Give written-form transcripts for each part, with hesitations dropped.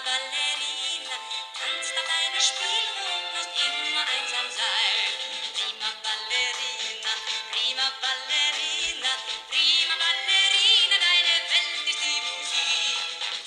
Ballerina, tanzt alleine, spiel und musst immer einsam sein. Prima Ballerina, prima Ballerina, prima Ballerina, deine Welt ist die Musik.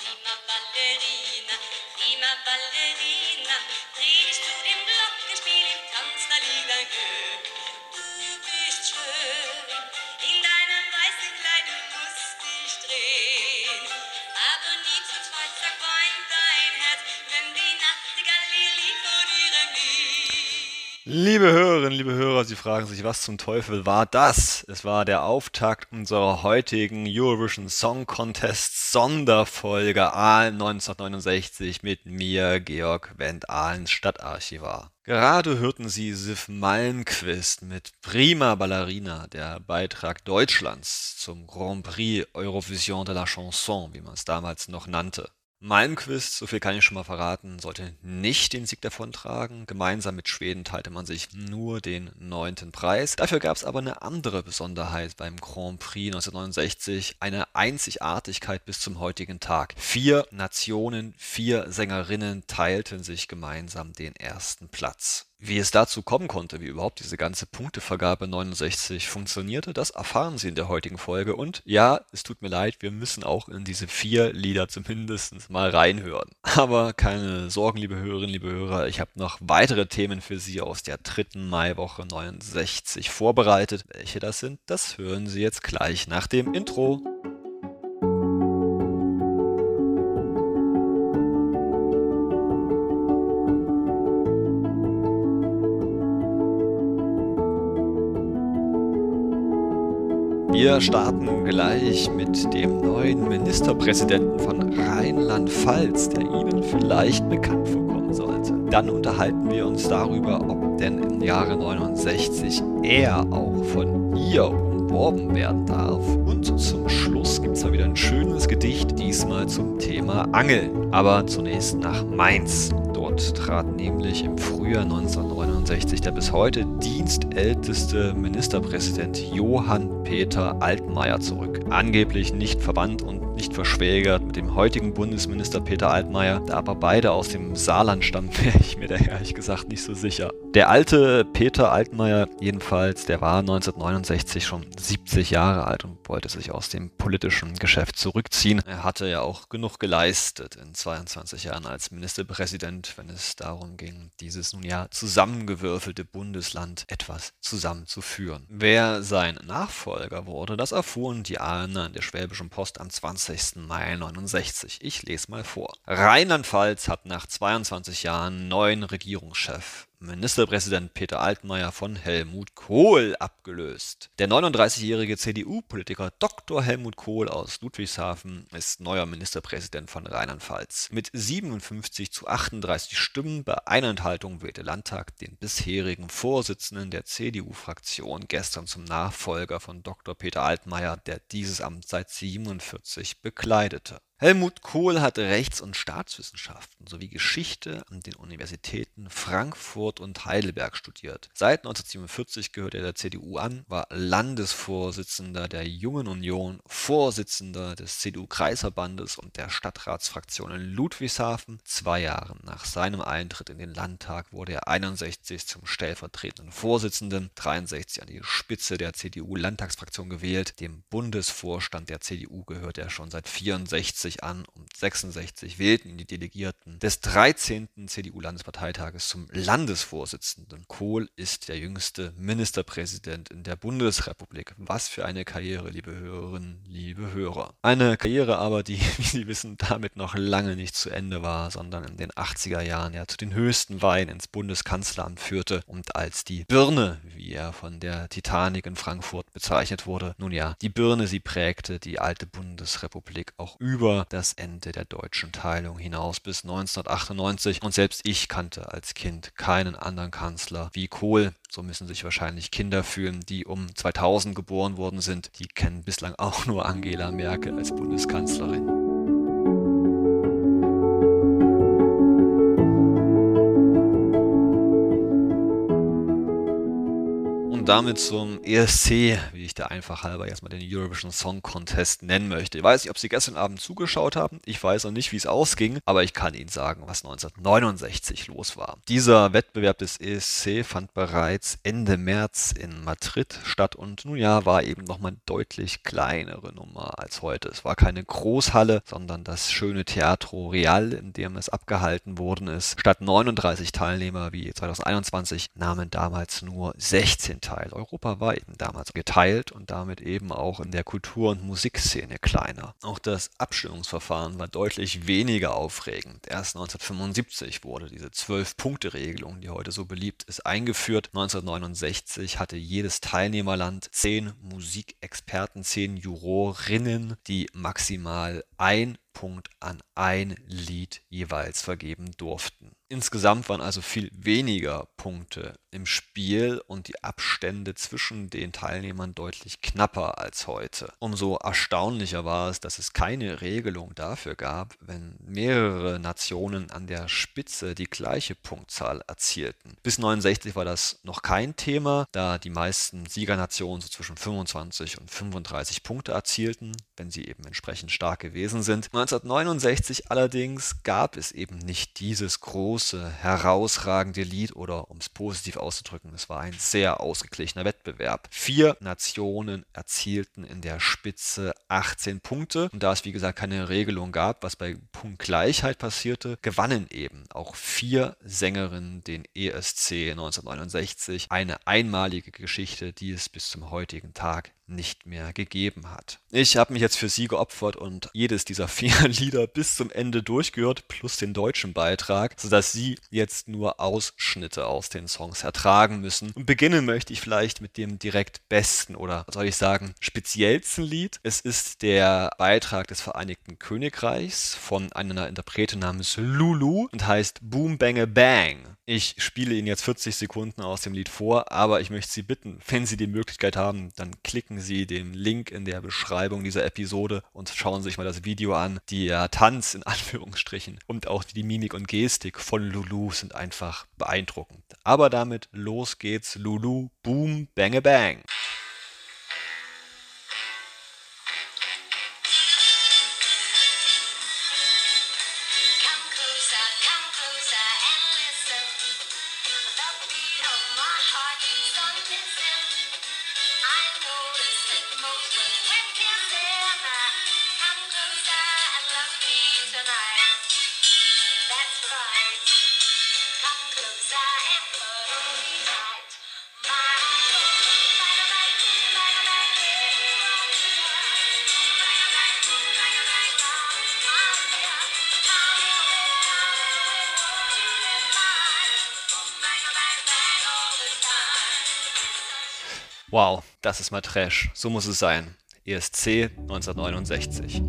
Prima Ballerina, drehst du dem Glockenspiel im Tanz, da liegt ein Glück. Du bist schön, in deinem weißen Kleid, du musst dich drehen. Aber nie zu zweit zerqualmt dein Herz, wenn die Nachtigall ihr Lied von ihrem Lied. Liebe Hörerinnen, liebe Hörer, Sie fragen sich, was zum Teufel war das? Es war der Auftakt unserer heutigen Eurovision Song Contest Sonderfolge Aalen 1969 mit mir, Georg Wendt, Ahlens Stadtarchivar. Gerade hörten Sie Sif Malmquist mit Prima Ballerina, der Beitrag Deutschlands zum Grand Prix Eurovision de la Chanson, wie man es damals noch nannte. Malmquist, so viel kann ich schon mal verraten, sollte nicht den Sieg davontragen. Gemeinsam mit Schweden teilte man sich nur den 9. Preis. Dafür gab es aber eine andere Besonderheit beim Grand Prix 1969, eine Einzigartigkeit bis zum heutigen Tag. 4 Nationen, 4 Sängerinnen teilten sich gemeinsam den ersten Platz. Wie es dazu kommen konnte, wie überhaupt diese ganze Punktevergabe 69 funktionierte, das erfahren Sie in der heutigen Folge. Und ja, es tut mir leid, wir müssen auch in diese 4 Lieder zumindest mal reinhören. Aber keine Sorgen, liebe Hörerinnen, liebe Hörer, ich habe noch weitere Themen für Sie aus der 3. Maiwoche 69 vorbereitet. Welche das sind, das hören Sie jetzt gleich nach dem Intro. Wir starten gleich mit dem neuen Ministerpräsidenten von Rheinland-Pfalz, der Ihnen vielleicht bekannt vorkommen sollte. Dann unterhalten wir uns darüber, ob denn im Jahre 69 er auch von ihr umworben werden darf. Und zum Schluss gibt es mal wieder ein schönes Gedicht, diesmal zum Thema Angeln. Aber zunächst nach Mainz. Dort trat nämlich im Frühjahr 1969 der bis heute dienstälteste Ministerpräsident Johann Peter Altmaier zurück. Angeblich nicht verwandt und nicht verschwägert mit dem heutigen Bundesminister Peter Altmaier, da aber beide aus dem Saarland stammen, wäre ich mir da ehrlich gesagt nicht so sicher. Der alte Peter Altmaier jedenfalls, der war 1969 schon 70 Jahre alt und wollte sich aus dem politischen Geschäft zurückziehen. Er hatte ja auch genug geleistet in 22 Jahren als Ministerpräsident, wenn es darum ging, dieses nun ja zusammengewürfelte Bundesland etwas zusammenzuführen. Wer sein Nachfolger wurde, das erfuhren die Ahner in der Schwäbischen Post am 20. Mai 69. Ich lese mal vor. Rheinland-Pfalz hat nach 22 Jahren neuen Regierungschef. Ministerpräsident Peter Altmaier von Helmut Kohl abgelöst. Der 39-jährige CDU-Politiker Dr. Helmut Kohl aus Ludwigshafen ist neuer Ministerpräsident von Rheinland-Pfalz. Mit 57 zu 38 Stimmen bei einer Enthaltung wählte Landtag den bisherigen Vorsitzenden der CDU-Fraktion gestern zum Nachfolger von Dr. Peter Altmaier, der dieses Amt seit 1947 bekleidete. Helmut Kohl hat Rechts- und Staatswissenschaften sowie Geschichte an den Universitäten Frankfurt und Heidelberg studiert. Seit 1947 gehört er der CDU an, war Landesvorsitzender der Jungen Union, Vorsitzender des CDU-Kreisverbandes und der Stadtratsfraktion in Ludwigshafen. 2 Jahre nach seinem Eintritt in den Landtag wurde er 61 zum stellvertretenden Vorsitzenden, 63 an die Spitze der CDU-Landtagsfraktion gewählt. Dem Bundesvorstand der CDU gehört er schon seit 64 an und 66 wählten ihn die Delegierten des 13. CDU-Landesparteitages zum Landesvorsitzenden. Kohl ist der jüngste Ministerpräsident in der Bundesrepublik. Was für eine Karriere, liebe Hörerinnen, liebe Hörer. Eine Karriere aber, die, wie Sie wissen, damit noch lange nicht zu Ende war, sondern in den 80er Jahren ja zu den höchsten Weihen ins Bundeskanzleramt führte und als die Birne, wie er von der Titanic in Frankfurt bezeichnet wurde, nun ja, die Birne, sie prägte die alte Bundesrepublik auch über das Ende der deutschen Teilung hinaus bis 1998 und selbst ich kannte als Kind keinen anderen Kanzler wie Kohl. So müssen sich wahrscheinlich Kinder fühlen, die um 2000 geboren worden sind. Die kennen bislang auch nur Angela Merkel als Bundeskanzlerin. damit zum ESC, wie ich da einfach halber erstmal den Eurovision Song Contest nennen möchte. Ich weiß nicht, ob Sie gestern Abend zugeschaut haben. Ich weiß auch nicht, wie es ausging, aber ich kann Ihnen sagen, was 1969 los war. Dieser Wettbewerb des ESC fand bereits Ende März in Madrid statt und nun ja, war eben nochmal eine deutlich kleinere Nummer als heute. Es war keine Großhalle, sondern das schöne Teatro Real, in dem es abgehalten worden ist. Statt 39 Teilnehmer wie 2021 nahmen damals nur 16 teil. Europa war eben damals geteilt und damit eben auch in der Kultur- und Musikszene kleiner. Auch das Abstimmungsverfahren war deutlich weniger aufregend. Erst 1975 wurde diese 12-Punkte-Regelung, die heute so beliebt ist, eingeführt. 1969 hatte jedes Teilnehmerland 10 Musikexperten, 10 Jurorinnen, die maximal ein Punkt an ein Lied jeweils vergeben durften. Insgesamt waren also viel weniger Punkte im Spiel und die Abstände zwischen den Teilnehmern deutlich knapper als heute. Umso erstaunlicher war es, dass es keine Regelung dafür gab, wenn mehrere Nationen an der Spitze die gleiche Punktzahl erzielten. Bis 1969 war das noch kein Thema, da die meisten Siegernationen so zwischen 25 und 35 Punkte erzielten, wenn sie eben entsprechend stark gewesen sind. 1969 allerdings gab es eben nicht dieses große, herausragende Lied oder, um es positiv auszudrücken, es war ein sehr ausgeglichener Wettbewerb. 4 Nationen erzielten in der Spitze 18 Punkte und da es wie gesagt keine Regelung gab, was bei Punktgleichheit passierte, gewannen eben auch 4 Sängerinnen den ESC 1969, eine einmalige Geschichte, die es bis zum heutigen Tag nicht mehr gegeben hat. Ich habe mich jetzt für Sie geopfert und jedes dieser 4 Lieder bis zum Ende durchgehört, plus den deutschen Beitrag, sodass Sie jetzt nur Ausschnitte aus den Songs ertragen müssen. Und beginnen möchte ich vielleicht mit dem direkt besten oder, soll ich sagen, speziellsten Lied. Es ist der Beitrag des Vereinigten Königreichs von einer Interpretin namens Lulu und heißt Boom Bang Bang. Ich spiele Ihnen jetzt 40 Sekunden aus dem Lied vor, aber ich möchte Sie bitten, wenn Sie die Möglichkeit haben, dann klicken Sie den Link in der Beschreibung dieser Episode und schauen Sie sich mal das Video an. Der Tanz in Anführungsstrichen und auch die Mimik und Gestik von Lulu sind einfach beeindruckend. Aber damit los geht's. Lulu, Boom, Bang, Bang. Wow, das ist mal Trash. So muss es sein. ESC 1969.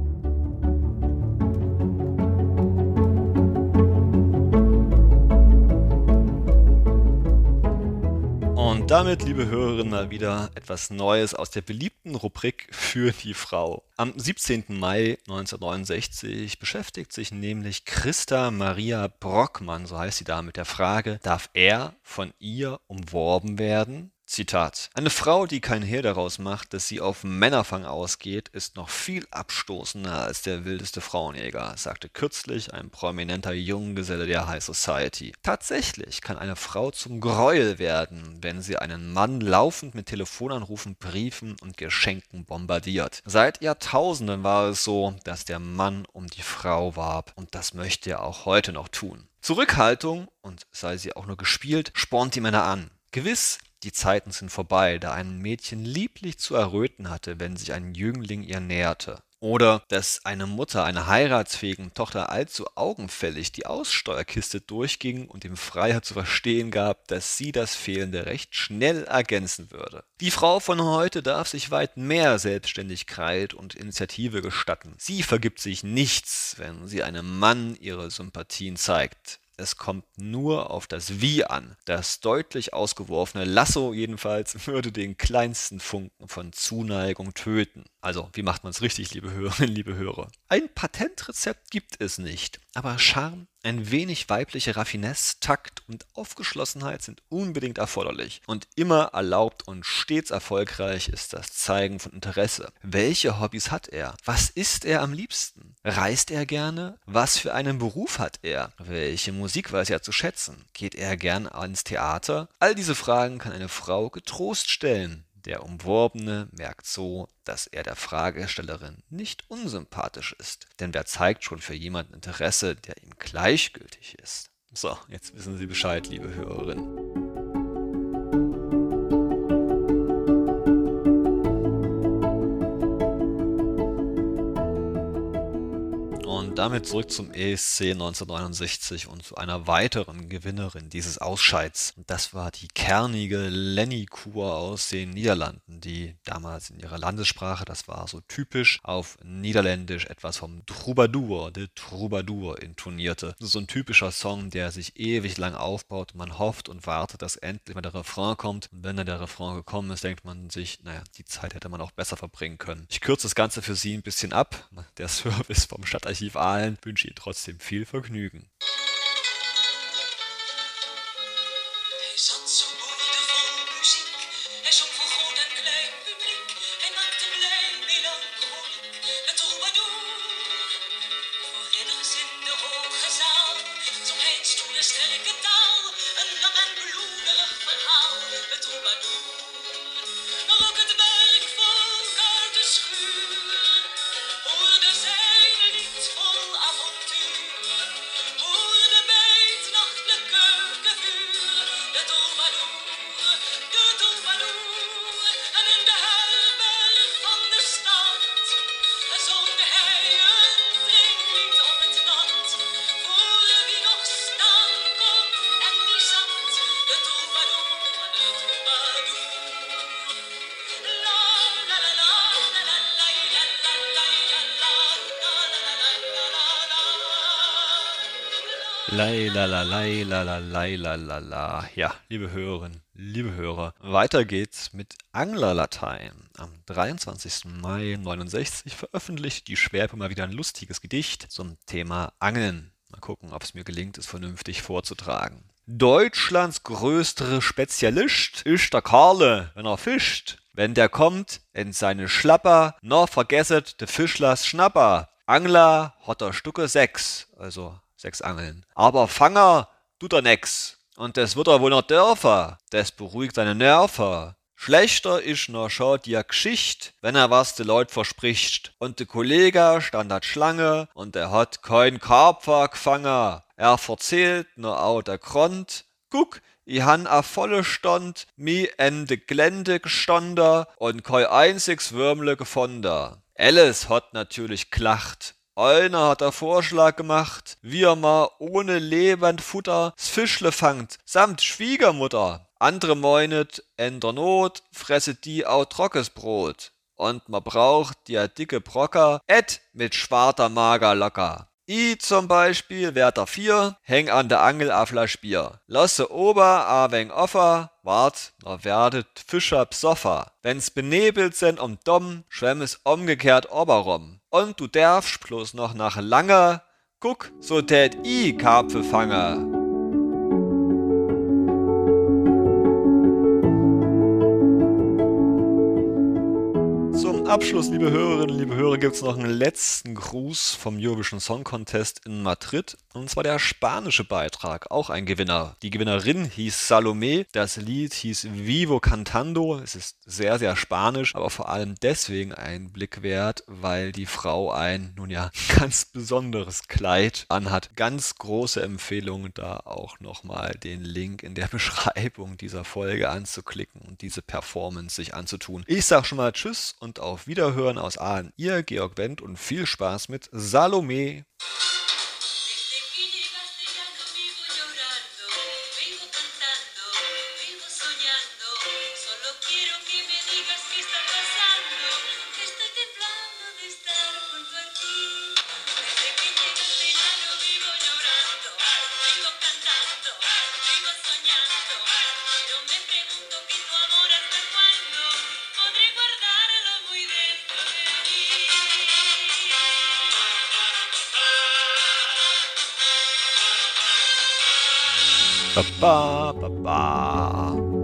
Und damit, liebe Hörerinnen, mal wieder etwas Neues aus der beliebten Rubrik für die Frau. Am 17. Mai 1969 beschäftigt sich nämlich Christa Maria Brockmann, so heißt sie da, mit der Frage, darf er von ihr umworben werden? Zitat: Eine Frau, die kein Hehl daraus macht, dass sie auf Männerfang ausgeht, ist noch viel abstoßender als der wildeste Frauenjäger, sagte kürzlich ein prominenter Junggeselle der High Society. Tatsächlich kann eine Frau zum Gräuel werden, wenn sie einen Mann laufend mit Telefonanrufen, Briefen und Geschenken bombardiert. Seit Jahrtausenden war es so, dass der Mann um die Frau warb und das möchte er auch heute noch tun. Zurückhaltung, und sei sie auch nur gespielt, spornt die Männer an. Gewiss, die Zeiten sind vorbei, da ein Mädchen lieblich zu erröten hatte, wenn sich ein Jüngling ihr näherte. Oder dass eine Mutter einer heiratsfähigen Tochter allzu augenfällig die Aussteuerkiste durchging und dem Freier zu verstehen gab, dass sie das fehlende Recht schnell ergänzen würde. Die Frau von heute darf sich weit mehr Selbstständigkeit und Initiative gestatten. Sie vergibt sich nichts, wenn sie einem Mann ihre Sympathien zeigt. Es kommt nur auf das Wie an. Das deutlich ausgeworfene Lasso jedenfalls würde den kleinsten Funken von Zuneigung töten. Also, wie macht man es richtig, liebe Hörerinnen, liebe Hörer? Ein Patentrezept gibt es nicht, aber Charme Ein wenig weibliche Raffinesse, Takt und Aufgeschlossenheit sind unbedingt erforderlich. Und immer erlaubt und stets erfolgreich ist das Zeigen von Interesse. Welche Hobbys hat er? Was isst er am liebsten? Reist er gerne? Was für einen Beruf hat er? Welche Musik weiß er zu schätzen? Geht er gern ans Theater? All diese Fragen kann eine Frau getrost stellen. Der Umworbene merkt so, dass er der Fragestellerin nicht unsympathisch ist. Denn wer zeigt schon für jemanden Interesse, der ihm gleichgültig ist? So, jetzt wissen Sie Bescheid, liebe Hörerinnen. Und damit zurück zum ESC 1969 und zu einer weiteren Gewinnerin dieses Ausscheids. Und das war die kernige Lenny Kur aus den Niederlanden, die damals in ihrer Landessprache, das war so typisch, auf Niederländisch etwas vom Troubadour, de Troubadour intonierte. Das ist so ein typischer Song, der sich ewig lang aufbaut und man hofft und wartet, dass endlich mal der Refrain kommt. Und wenn dann der Refrain gekommen ist, denkt man sich, naja, die Zeit hätte man auch besser verbringen können. Ich kürze das Ganze für Sie ein bisschen ab. Der Service vom Stadtarchiv Aalen wünsche Ihnen trotzdem viel Vergnügen. Hij zat zo boordevol muziek. Hij zong voor groot en klein publiek. Hij maakte blij melancholiek. De troubadour. Voor ridders in de hoge zaal zong hij in stoere sterke taal. Een lang en bloederig verhaal. De troubadour. Ook het werkvolk uit de schuur hoorde zijn lied vol avontuur. Hoorde bij het nachtelijk keukenvuur de troubadour, de troubadour. En in de herberg van de stad zong hij een drinklied op het nat. Voor wie nog staan kon en die zat, de troubadour, de troubadour. La la la la la la la la la la Laila, la, laila, la, laila, la, la. Ja, liebe Hörerinnen, liebe Hörer, weiter geht's mit Anglerlatein. Am 23. Mai 69 veröffentlicht die Schwäbe mal wieder ein lustiges Gedicht zum Thema Angeln. Mal gucken, ob es mir gelingt, es vernünftig vorzutragen. Deutschlands größtere Spezialist ist der Karle, wenn er fischt. Wenn der kommt in seine Schlapper, noch vergesset de Fischlers Schnapper. Angler hat der Stucke 6, also 6 Angeln. Aber Fanger tut er nix. Und das wird er wohl noch dürfen. Das beruhigt seine Nerven. Schlechter ist noch schon die Geschicht, wenn er was de Leut verspricht. Und de Kollege stand dat Schlange und er hat kein Karpfer gefangen. Er verzählt nur au der Grund. Guck, ich han a volle Stund, mi en de Glende gestanden und kein einziges Würmle gefunden. Alice hat natürlich gelacht. Einer hat der Vorschlag gemacht, wie er mal ohne Lebendfutter s Fischle fangt, samt Schwiegermutter. Andere meinet, in der Not fresset die au trockes Brot. Und man braucht die dicke Brocker, et mit schwarzer Mager locker. I zum Beispiel wär dafür, häng an der Angel a Flasch Bier. Lasse Ober a wenig offer, wart, noch werdet Fischer psoffer. Wenn's benebelt sind Dom, schwemm es umgekehrt oberum. Und du darfst bloß noch nach lange, guck, so tät I Karpfe fange. Zum Abschluss, liebe Hörerinnen, liebe Hörer, gibt es noch einen letzten Gruß vom Eurovision Song Contest in Madrid. Und zwar der spanische Beitrag, auch ein Gewinner. Die Gewinnerin hieß Salomé, das Lied hieß Vivo Cantando. Es ist sehr, sehr spanisch, aber vor allem deswegen ein Blick wert, weil die Frau ein, nun ja, ganz besonderes Kleid anhat. Ganz große Empfehlung, da auch nochmal den Link in der Beschreibung dieser Folge anzuklicken und diese Performance sich anzutun. Ich sag schon mal Tschüss und auf Wiederhören aus Aalen. Ihr Georg Wendt und viel Spaß mit Salomé. Desde que llegaste ya no vivo llorando, vivo cantando, vivo soñando. Solo quiero que me digas qué está pasando. Estoy temblando de estar junto a ti. Desde que llegaste ya no vivo llorando, vivo cantando, vivo soñando. Yo me pregunto que tu amor hasta cuándo podré guardarlo muy dentro de mí. Baba, baba.